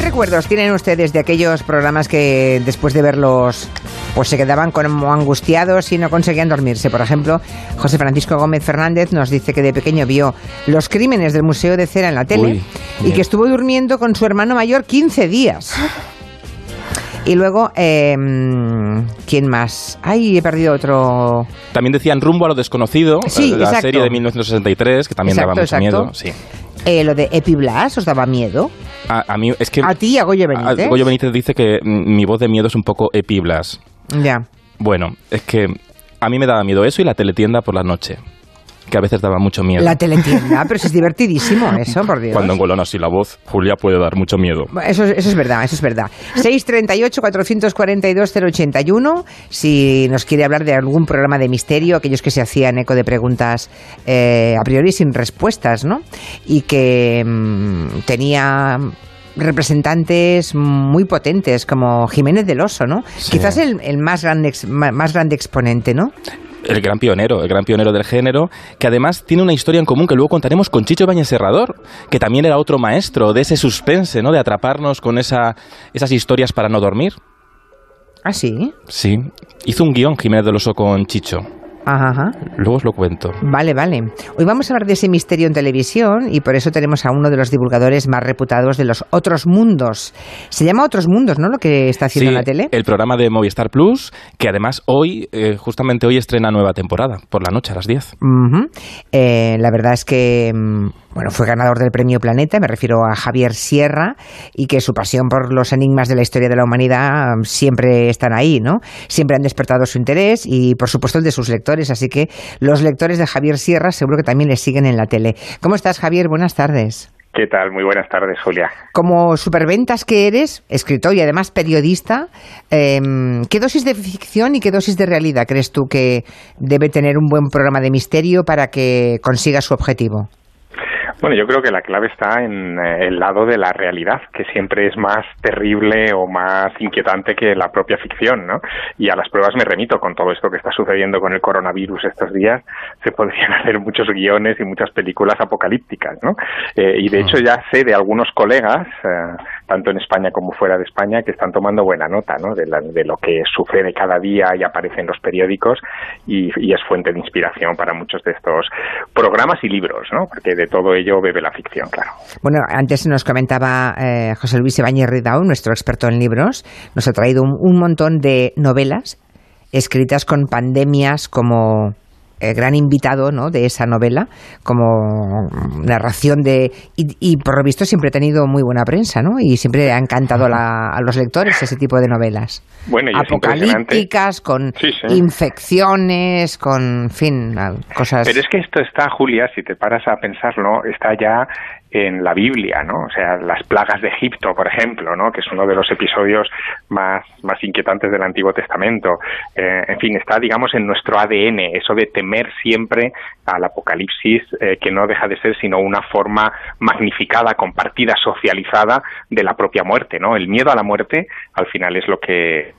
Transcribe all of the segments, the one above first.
recuerdos tienen ustedes de aquellos programas que después de verlos pues se quedaban como angustiados y no conseguían dormirse? Por ejemplo, José Francisco Gómez Fernández nos dice que de pequeño vio Los crímenes del Museo de Cera en la tele y que estuvo durmiendo con su hermano mayor 15 días. Y luego, ¿quién más? Ay, he perdido otro. También decían Rumbo a lo desconocido, sí, la serie de 1963, que también daba mucho miedo. Sí. Lo de Epiblas, ¿os daba miedo? A mí, es que... ¿A ti y a Goyo Benítez? Goyo Benítez dice que mi voz de miedo es un poco Epiblas. Ya. Bueno, es que a mí me daba miedo eso y la teletienda por la noche, que a veces daba mucho miedo. La teletienda, pero es divertidísimo eso, por Dios. Cuando engolona así la voz, Julia, puede dar mucho miedo. Eso es verdad, eso es verdad. 638-442-081, si nos quiere hablar de algún programa de misterio, aquellos que se hacían eco de preguntas a priori sin respuestas, ¿no? Y que tenía representantes muy potentes, como Jiménez del Oso, ¿no? Sí. Quizás el más grande exponente, ¿no? El gran pionero del género, que además tiene una historia en común que luego contaremos con Chicho Ibáñez Serrador, que también era otro maestro de ese suspense, ¿no? De atraparnos con esas historias para no dormir. ¿Ah, sí? Sí. Hizo un guión Jiménez del Oso con Chicho. Ajá. Luego os lo cuento. Vale. Hoy vamos a hablar de ese misterio en televisión y por eso tenemos a uno de los divulgadores más reputados de los Otros Mundos. Se llama Otros Mundos, ¿no? Lo que está haciendo en la tele. El programa de Movistar Plus, que además justamente hoy estrena nueva temporada, por la noche a las 10. La verdad es que fue ganador del Premio Planeta, me refiero a Javier Sierra, y que su pasión por los enigmas de la historia de la humanidad siempre están ahí, ¿no? Siempre han despertado su interés y, por supuesto, el de sus lectores, así que los lectores de Javier Sierra seguro que también le siguen en la tele. ¿Cómo estás, Javier? Buenas tardes. ¿Qué tal? Muy buenas tardes, Julia. Como superventas que eres, escritor y además periodista, ¿qué dosis de ficción y qué dosis de realidad crees tú que debe tener un buen programa de misterio para que consiga su objetivo? Bueno, yo creo que la clave está en el lado de la realidad, que siempre es más terrible o más inquietante que la propia ficción, ¿no? Y a las pruebas me remito con todo esto que está sucediendo con el coronavirus estos días. Se podrían hacer muchos guiones y muchas películas apocalípticas, ¿no? Y de hecho ya sé de algunos colegas, tanto en España como fuera de España, que están tomando buena nota, ¿no? De lo que sucede cada día y aparece en los periódicos y es fuente de inspiración para muchos de estos programas y libros, ¿no? Porque de todo ello bebe la ficción, claro. Bueno, antes nos comentaba José Luis Ibáñez Ridao, nuestro experto en libros, nos ha traído un montón de novelas escritas con pandemias como gran invitado, ¿no?, de esa novela, como narración y por lo visto siempre ha tenido muy buena prensa, ¿no? Y siempre ha encantado a los lectores ese tipo de novelas. Bueno, y apocalípticas, con infecciones, con, en fin, cosas. Pero es que esto está, Julia, si te paras a pensarlo, está ya en la Biblia, ¿no? O sea, las plagas de Egipto, por ejemplo, ¿no? Que es uno de los episodios más inquietantes del Antiguo Testamento. En fin, está, digamos, en nuestro ADN, eso de temer siempre al apocalipsis, que no deja de ser sino una forma magnificada, compartida, socializada de la propia muerte, ¿no? El miedo a la muerte, al final, es lo que...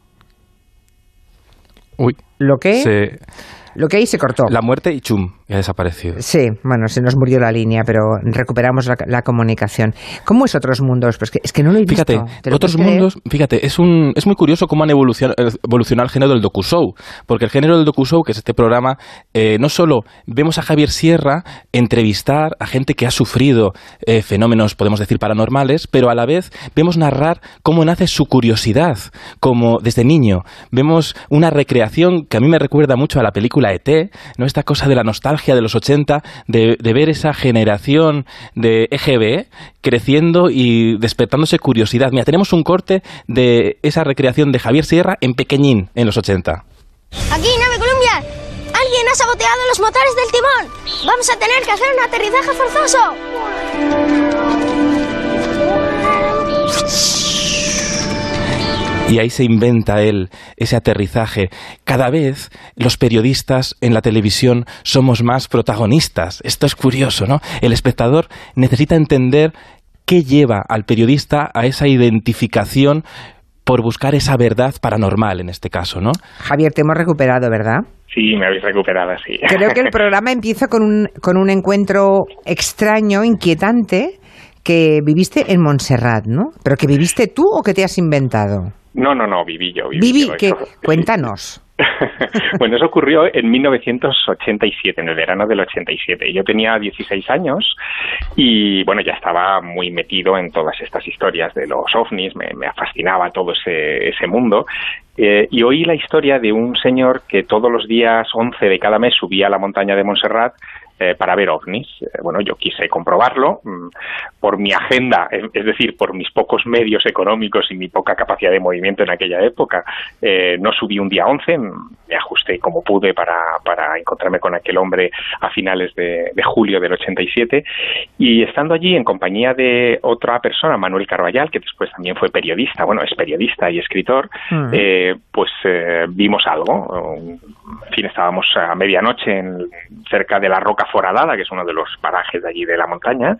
Lo que ahí se cortó. La muerte y chum, ha desaparecido. Sí, bueno, se nos murió la línea, pero recuperamos la comunicación. ¿Cómo es Otros Mundos? Pues es que no lo he visto. Fíjate, Otros Mundos, es muy curioso cómo han evolucionado el género del docu-show, porque el género del docu-show, que es este programa, no solo vemos a Javier Sierra entrevistar a gente que ha sufrido fenómenos, podemos decir, paranormales, pero a la vez vemos narrar cómo nace su curiosidad, como desde niño. Vemos una recreación que a mí me recuerda mucho a la película E.T., ¿no? Esta cosa de la nostalgia de los 80, de ver esa generación de EGB creciendo y despertándose curiosidad. Mira, tenemos un corte de esa recreación de Javier Sierra en Pequeñín, en los 80. Aquí, nave Columbia. Alguien ha saboteado los motores del timón. Vamos a tener que hacer un aterrizaje forzoso. Y ahí se inventa él ese aterrizaje. Cada vez los periodistas en la televisión somos más protagonistas. Esto es curioso, ¿no? El espectador necesita entender qué lleva al periodista a esa identificación por buscar esa verdad paranormal, en este caso, ¿no? Javier, te hemos recuperado, ¿verdad? Sí, me habéis recuperado, sí. Creo que el programa empieza con un encuentro extraño, inquietante, que viviste en Montserrat, ¿no? ¿Pero que viviste tú o que te has inventado? No, viví yo. Cuéntanos. Bueno, eso ocurrió en 1987, en el verano del 87. Yo tenía 16 años y, bueno, ya estaba muy metido en todas estas historias de los ovnis, me fascinaba todo ese mundo. Y oí la historia de un señor que todos los días 11 de cada mes subía a la montaña de Montserrat para ver ovnis. Bueno, yo quise comprobarlo por mi agenda, es decir, por mis pocos medios económicos y mi poca capacidad de movimiento en aquella época. No subí un día 11, me ajusté como pude para encontrarme con aquel hombre a finales de julio del 87, y estando allí en compañía de otra persona, Manuel Carballal, que después también fue periodista, bueno, es periodista y escritor, pues vimos algo. En fin, estábamos a medianoche cerca de la Roca Foradada, que es uno de los parajes de allí de la montaña,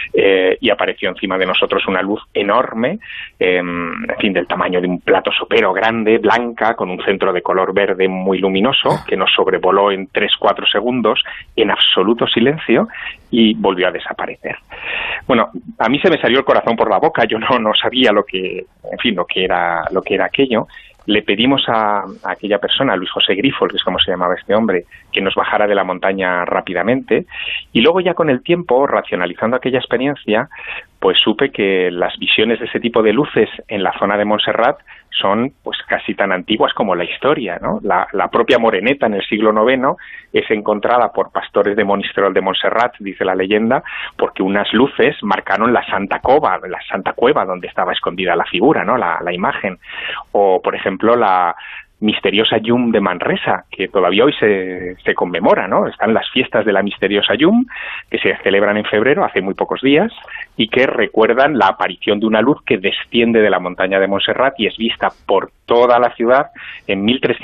y apareció encima de nosotros una luz enorme, en fin, del tamaño de un plato sopero grande, blanca, con un centro de color verde muy luminoso, que nos sobrevoló en 3-4 segundos, en absoluto silencio, y volvió a desaparecer. Bueno, a mí se me salió el corazón por la boca, yo no sabía lo que era aquello. Le pedimos a aquella persona, a Luis José Grifol, que es como se llamaba este hombre, que nos bajara de la montaña rápidamente, y luego ya con el tiempo, racionalizando aquella experiencia, pues supe que las visiones de ese tipo de luces en la zona de Montserrat son pues casi tan antiguas como la historia, ¿no? La propia Moreneta en el siglo IX es encontrada por pastores de Monistrol de Montserrat, dice la leyenda, porque unas luces marcaron la Santa Cueva donde estaba escondida la figura, ¿no? La imagen. O, por ejemplo, la misteriosa Llum de Manresa, que todavía hoy se conmemora, ¿no? Están las fiestas de la misteriosa Llum, que se celebran en febrero, hace muy pocos días, y que recuerdan la aparición de una luz que desciende de la montaña de Montserrat y es vista por toda la ciudad en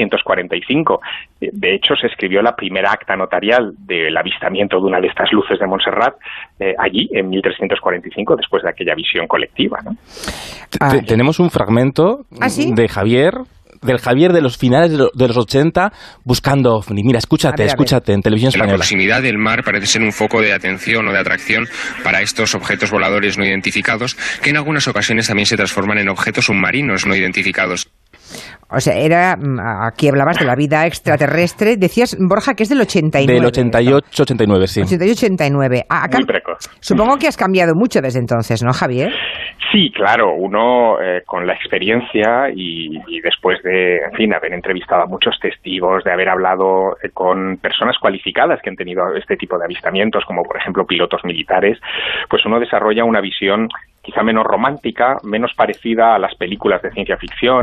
1345. De hecho, se escribió la primera acta notarial del avistamiento de una de estas luces de Montserrat allí, en 1345, después de aquella visión colectiva, ¿no? Tenemos un fragmento de Javier... Del Javier de los finales de los 80 buscando ovni. Mira, escúchate en Televisión Española. La proximidad del mar parece ser un foco de atención o de atracción para estos objetos voladores no identificados, que en algunas ocasiones también se transforman en objetos submarinos no identificados. O sea, aquí hablabas de la vida extraterrestre. Decías, Borja, que es del 89. Del 88-89, sí. 88-89. Muy precoz. Supongo que has cambiado mucho desde entonces, ¿no, Javier? Sí, claro. Uno, con la experiencia y después de, en fin, haber entrevistado a muchos testigos, de haber hablado con personas cualificadas que han tenido este tipo de avistamientos, como por ejemplo pilotos militares, pues uno desarrolla una visión quizá menos romántica, menos parecida a las películas de ciencia ficción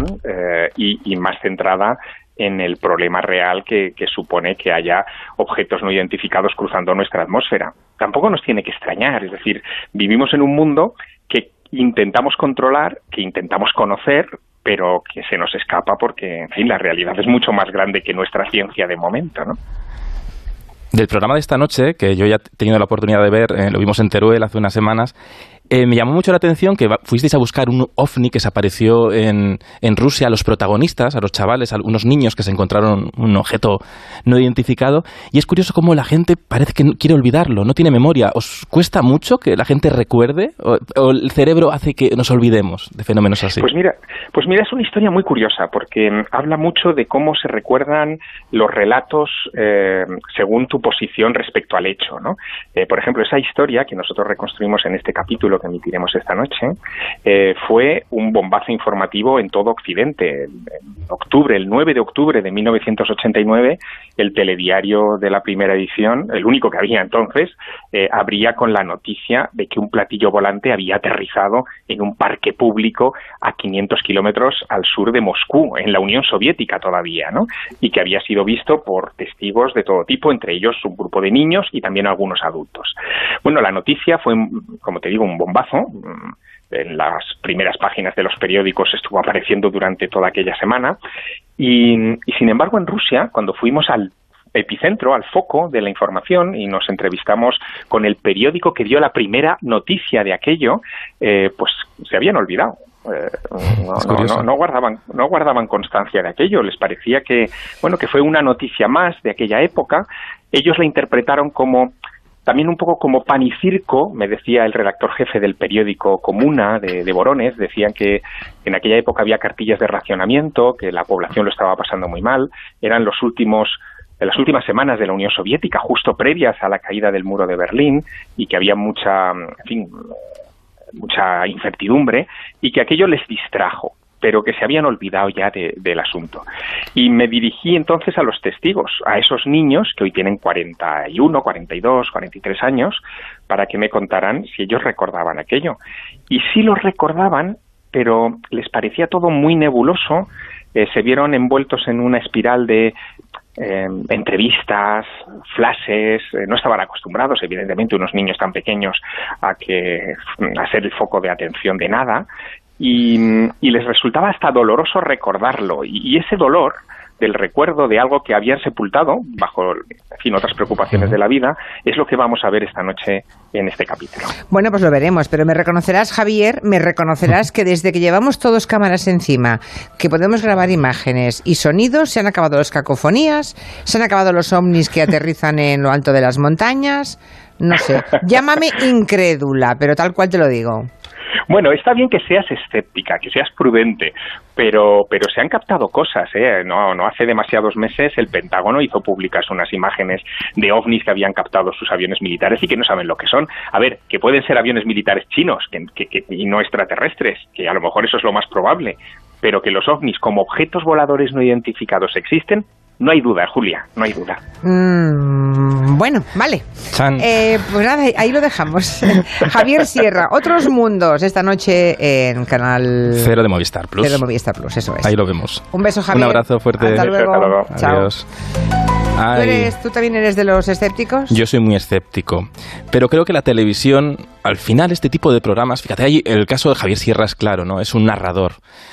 y más centrada en el problema real que supone que haya objetos no identificados cruzando nuestra atmósfera. Tampoco nos tiene que extrañar, es decir, vivimos en un mundo que intentamos controlar, que intentamos conocer, pero que se nos escapa porque, en fin, la realidad es mucho más grande que nuestra ciencia de momento, ¿no? Del programa de esta noche, que yo ya he tenido la oportunidad de ver, lo vimos en Teruel hace unas semanas, me llamó mucho la atención que fuisteis a buscar un ovni que se apareció en Rusia a los protagonistas, a los chavales, a unos niños que se encontraron un objeto no identificado, y es curioso cómo la gente parece que quiere olvidarlo, no tiene memoria. ¿Os cuesta mucho que la gente recuerde o el cerebro hace que nos olvidemos de fenómenos así? Pues mira, es una historia muy curiosa porque habla mucho de cómo se recuerdan los relatos según tu posición respecto al hecho, ¿no? Por ejemplo, esa historia que nosotros reconstruimos en este capítulo que emitiremos esta noche, fue un bombazo informativo en todo Occidente. El 9 de octubre de 1989, el telediario de la primera edición, el único que había entonces, abría con la noticia de que un platillo volante había aterrizado en un parque público a 500 kilómetros al sur de Moscú, en la Unión Soviética todavía, ¿no? Y que había sido visto por testigos de todo tipo, entre ellos un grupo de niños y también algunos adultos. Bueno, la noticia fue, como te digo, un bombazo. En las primeras páginas de los periódicos estuvo apareciendo durante toda aquella semana y sin embargo en Rusia, cuando fuimos al epicentro, al foco de la información y nos entrevistamos con el periódico que dio la primera noticia de aquello, pues se habían olvidado. No guardaban constancia de aquello. Les parecía que fue una noticia más de aquella época. Ellos la interpretaron como también un poco como pan y circo, me decía el redactor jefe del periódico Comuna de Vorónezh, decían que en aquella época había cartillas de racionamiento, que la población lo estaba pasando muy mal, eran las últimas semanas de la Unión Soviética, justo previas a la caída del muro de Berlín, y que había mucha incertidumbre, y que aquello les distrajo, pero que se habían olvidado ya del asunto. Y me dirigí entonces a los testigos, a esos niños que hoy tienen 41, 42, 43 años, para que me contaran si ellos recordaban aquello. Y sí lo recordaban, pero les parecía todo muy nebuloso, se vieron envueltos en una espiral de entrevistas, flashes, no estaban acostumbrados, evidentemente, unos niños tan pequeños a ser el foco de atención de nada, y les resultaba hasta doloroso recordarlo, y ese dolor del recuerdo de algo que habían sepultado bajo, en fin, otras preocupaciones de la vida, es lo que vamos a ver esta noche en este capítulo. Bueno, pues lo veremos, pero me reconocerás, Javier, que desde que llevamos todos cámaras encima, que podemos grabar imágenes y sonidos, se han acabado las cacofonías, se han acabado los ovnis que aterrizan en lo alto de las montañas, no sé, llámame incrédula, pero tal cual te lo digo. Bueno, está bien que seas escéptica, que seas prudente, pero se han captado cosas, ¿eh? No hace demasiados meses el Pentágono hizo públicas unas imágenes de ovnis que habían captado sus aviones militares y que no saben lo que son. A ver, que pueden ser aviones militares chinos y no extraterrestres, que a lo mejor eso es lo más probable, pero que los ovnis como objetos voladores no identificados existen, no hay duda, Julia, no hay duda. Bueno, vale. Pues nada, ahí lo dejamos. Javier Sierra, Otros Mundos, esta noche en Canal 0 de Movistar Plus. 0 de Movistar Plus, eso es. Ahí lo vemos. Un beso, Javier. Un abrazo fuerte. Hasta luego. Hasta luego. Chao. Adiós. ¿Tú también eres de los escépticos? Yo soy muy escéptico, pero creo que la televisión, al final, este tipo de programas, fíjate, ahí el caso de Javier Sierra es claro, ¿no? Es un narrador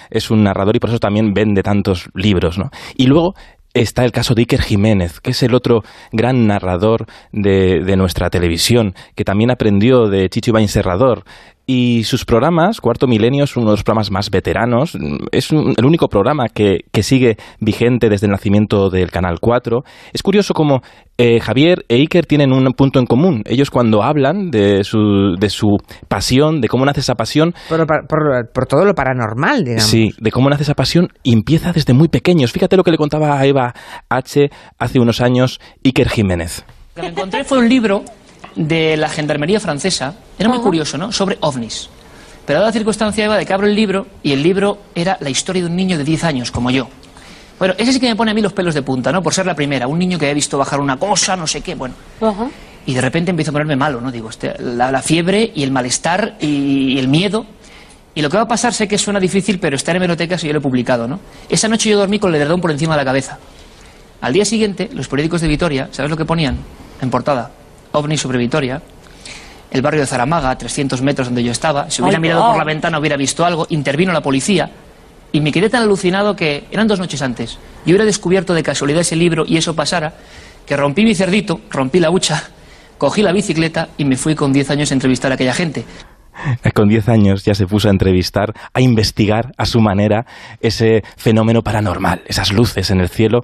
y por eso también vende tantos libros, ¿no? Y luego está el caso de Iker Jiménez, que es el otro gran narrador de nuestra televisión, que también aprendió de Chicho Ibáñez Serrador. Y sus programas, Cuarto Milenio es uno de los programas más veteranos, es el único programa que sigue vigente desde el nacimiento del Canal 4. Es curioso cómo Javier e Iker tienen un punto en común. Ellos cuando hablan de su pasión, de cómo nace esa pasión... Por todo lo paranormal, digamos. Sí, de cómo nace esa pasión y empieza desde muy pequeños. Fíjate lo que le contaba a Eva H. hace unos años Iker Jiménez. Lo que me encontré fue un libro de la Gendarmería francesa, era muy curioso, ¿no?, sobre ovnis. Pero dada la circunstancia, Eva, de que abro el libro, y el libro era la historia de un niño de 10 años, como yo. Bueno, ese sí que me pone a mí los pelos de punta, ¿no?, por ser la primera, un niño que había visto bajar una cosa, no sé qué, bueno. Y de repente empiezo a ponerme malo, ¿no?, digo, la fiebre y el malestar y el miedo. Y lo que va a pasar, sé que suena difícil, pero está en hemerotecas y yo lo he publicado, ¿no? Esa noche yo dormí con el edredón por encima de la cabeza. Al día siguiente, los periódicos de Vitoria, ¿sabes lo que ponían en portada? OVNI sobre Vitoria, el barrio de Zaramaga, 300 metros donde yo estaba. Si hubiera mirado por la ventana hubiera visto algo, intervino la policía y me quedé tan alucinado que eran 2 noches antes. Yo hubiera descubierto de casualidad ese libro y eso pasara, que rompí mi cerdito, rompí la hucha, cogí la bicicleta y me fui con 10 años a entrevistar a aquella gente. Con 10 años ya se puso a entrevistar, a investigar a su manera ese fenómeno paranormal, esas luces en el cielo.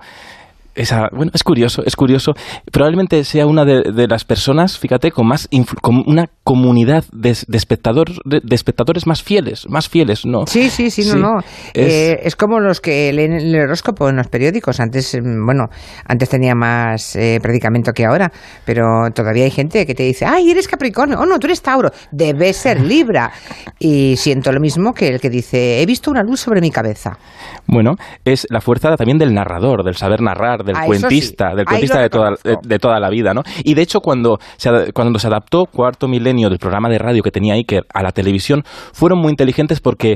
Bueno, es curioso. Probablemente sea una de las personas, fíjate, con una comunidad de espectadores más fieles, ¿no? Sí, no. Es como los que leen el horóscopo en los periódicos. Antes tenía más predicamento que ahora, pero todavía hay gente que te dice, ¡ay, eres Capricornio! ¡Oh, no, tú eres Tauro! Debes ser Libra. Y siento lo mismo que el que dice, he visto una luz sobre mi cabeza. Bueno, es la fuerza también del narrador, del saber narrar, del cuentista, de toda la vida, ¿no? Y de hecho, cuando se adaptó Cuarto Milenio del programa de radio que tenía Iker a la televisión, fueron muy inteligentes porque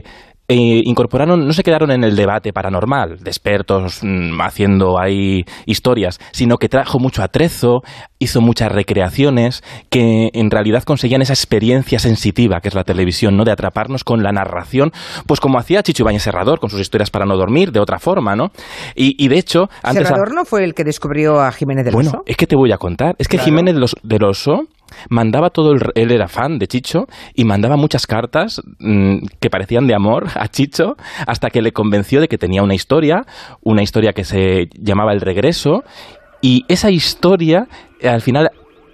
no se quedaron en el debate paranormal de expertos haciendo ahí historias, sino que trajo mucho atrezo, hizo muchas recreaciones que en realidad conseguían esa experiencia sensitiva que es la televisión, ¿no?, de atraparnos con la narración, pues como hacía Chicho Ibáñez Serrador con sus historias para no dormir, de otra forma, ¿no? Y de hecho... ¿Serrador no fue el que descubrió a Jiménez del Oso? Bueno, es que te voy a contar. Es que claro. Jiménez del Oso mandaba él era fan de Chicho y mandaba muchas cartas que parecían de amor a Chicho hasta que le convenció de que tenía una historia que se llamaba El Regreso, y esa historia al final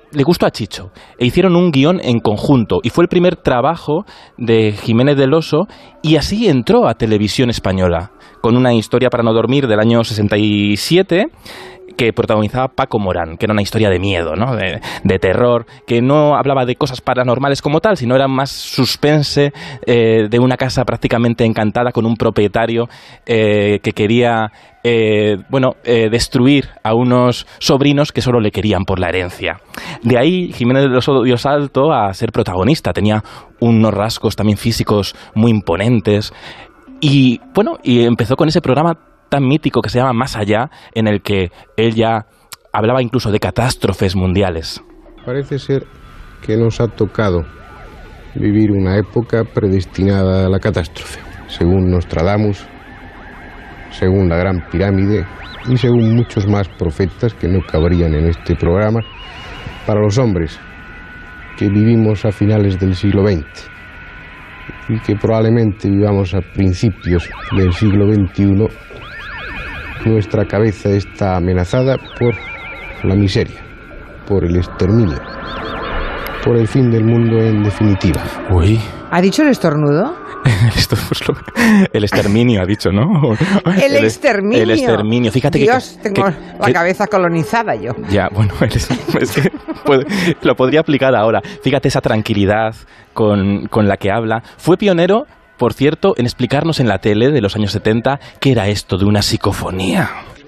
le gustó a Chicho e hicieron un guión en conjunto y fue el primer trabajo de Jiménez del Oso y así entró a Televisión Española con una historia para no dormir del año 67 que protagonizaba Paco Morán, que era una historia de miedo, ¿no? de terror, que no hablaba de cosas paranormales como tal, sino era más suspense de una casa prácticamente encantada con un propietario que quería destruir a unos sobrinos que solo le querían por la herencia. De ahí Jiménez del Oso dio salto a ser protagonista, tenía unos rasgos también físicos muy imponentes y empezó con ese programa tan mítico que se llama Más Allá, en el que él ya hablaba incluso de catástrofes mundiales. Parece ser que nos ha tocado vivir una época predestinada a la catástrofe, según Nostradamus, según la Gran Pirámide y según muchos más profetas que no cabrían en este programa, para los hombres que vivimos a finales del siglo XX y que probablemente vivamos a principios del siglo XXI. Nuestra cabeza está amenazada por la miseria, por el exterminio, por el fin del mundo en definitiva. Uy. ¿Ha dicho el estornudo? El exterminio, ha dicho, ¿no? El exterminio. El exterminio. Fíjate Dios, tengo la cabeza colonizada yo. Ya, bueno, es que lo podría aplicar ahora. Fíjate esa tranquilidad con la que habla. Fue pionero, por cierto, en explicarnos en la tele de los años 70 qué era esto de una psicofonía.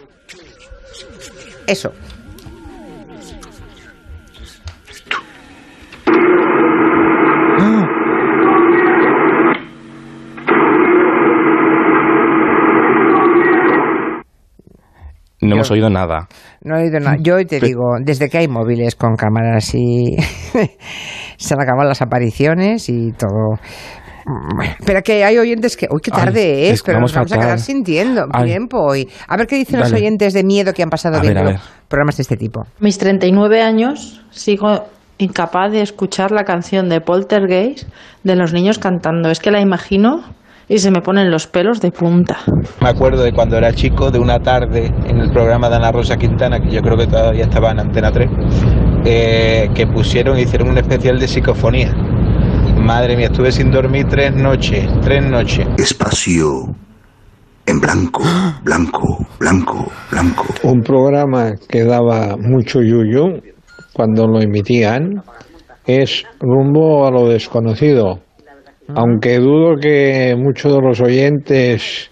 Eso. No hemos oído nada. No he oído nada. Yo te digo, desde que hay móviles con cámaras y se han acabado las apariciones y todo. Pero que hay oyentes que... Uy, qué tarde es, pero nos vamos a quedar sin tiempo hoy. A ver qué dicen los oyentes de miedo que han pasado viendo programas de este tipo. Mis 39 años sigo incapaz de escuchar la canción de Poltergeist de los niños cantando. Es que la imagino y se me ponen los pelos de punta. Me acuerdo de cuando era chico, de una tarde en el programa de Ana Rosa Quintana, que yo creo que todavía estaba en Antena 3, que hicieron un especial de psicofonía. Madre mía, estuve sin dormir 3 noches. Espacio en blanco, blanco, blanco, blanco. Un programa que daba mucho yuyu cuando lo emitían es Rumbo a lo desconocido. Aunque dudo que muchos de los oyentes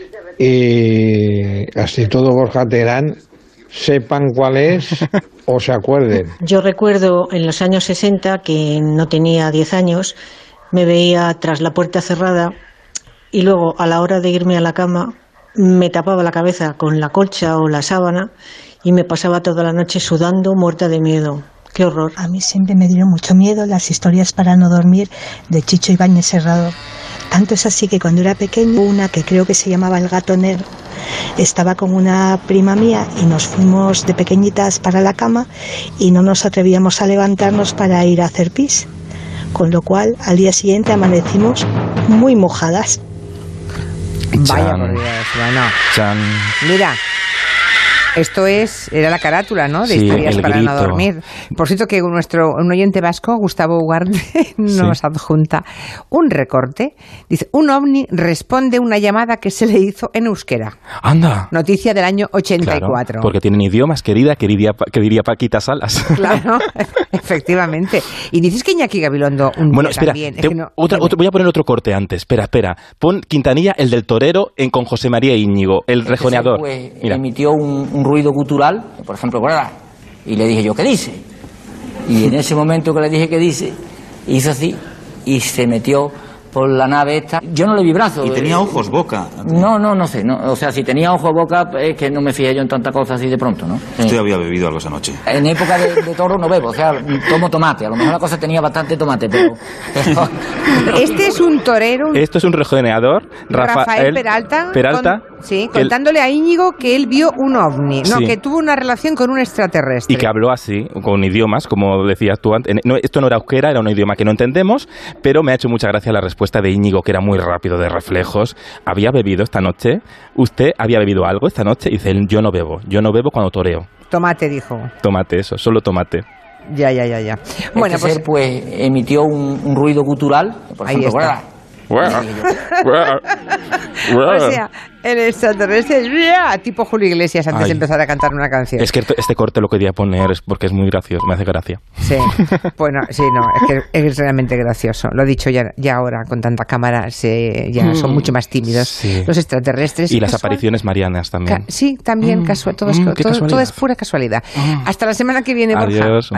y casi todo Borja Terán sepan cuál es o se acuerden. Yo recuerdo en los años 60, que no tenía 10 años, me veía tras la puerta cerrada y luego a la hora de irme a la cama me tapaba la cabeza con la colcha o la sábana y me pasaba toda la noche sudando, muerta de miedo. ¡Qué horror! A mí siempre me dieron mucho miedo las historias para no dormir de Chicho Ibáñez Serrador. Tanto es así que cuando era pequeño, una que creo que se llamaba El Gato Negro, estaba con una prima mía y nos fuimos de pequeñitas para la cama y no nos atrevíamos a levantarnos para ir a hacer pis. Con lo cual, al día siguiente amanecimos muy mojadas. Vaya por Dios, bueno. Mira. Esto era la carátula, ¿no? De historias para no dormir. Por cierto, que un oyente vasco, Gustavo Ugarte, nos adjunta un recorte. Dice, un ovni responde una llamada que se le hizo en euskera. ¡Anda! Noticia del año 84. Claro, porque tienen idiomas, que diría Paquita Salas. Claro, efectivamente. Y dices que Iñaki Gabilondo espera, también. Voy a poner otro corte antes. Espera. Pon Quintanilla, el del torero, con José María Íñigo, el rejoneador. Emitió un ruido gutural, por ejemplo, y le dije yo, ¿qué dice? Y en ese momento que le dije, ¿qué dice? Hizo así y se metió por la nave esta. Yo no le vi brazo. ¿Y tenía ojos, boca? No sé. O sea, si tenía ojos, boca, es que no me fijé yo en tanta cosa así de pronto, ¿no? Usted había bebido algo esa noche. En época de toro no bebo, o sea, tomo tomate. A lo mejor la cosa tenía bastante tomate, pero... Este es un torero. Esto es un rejoneador. Rafael Peralta. Contándole a Íñigo que él vio un ovni, que tuvo una relación con un extraterrestre. Y que habló así, con idiomas, como decías tú antes. Esto no era euskera, era un idioma que no entendemos, pero me ha hecho mucha gracia la respuesta de Íñigo, que era muy rápido de reflejos. ¿Había bebido esta noche? ¿Usted había bebido algo esta noche? Y dice, yo no bebo cuando toreo. Tomate, dijo. Tomate, eso, solo tomate. Ya. Bueno, este ser, pues, emitió un ruido gutural, por ahí ejemplo, está. O sea, el extraterrestre tipo Julio Iglesias antes de empezar a cantar una canción. Es que este corte lo quería poner porque es muy gracioso, me hace gracia. Sí, bueno, sí, no, es que es realmente gracioso. Lo he dicho ya ahora, con tanta cámara, ya son mucho más tímidos los extraterrestres. Y las apariciones marianas también. Sí, también, todo es pura casualidad. Hasta la semana que viene, Borja. Adiós.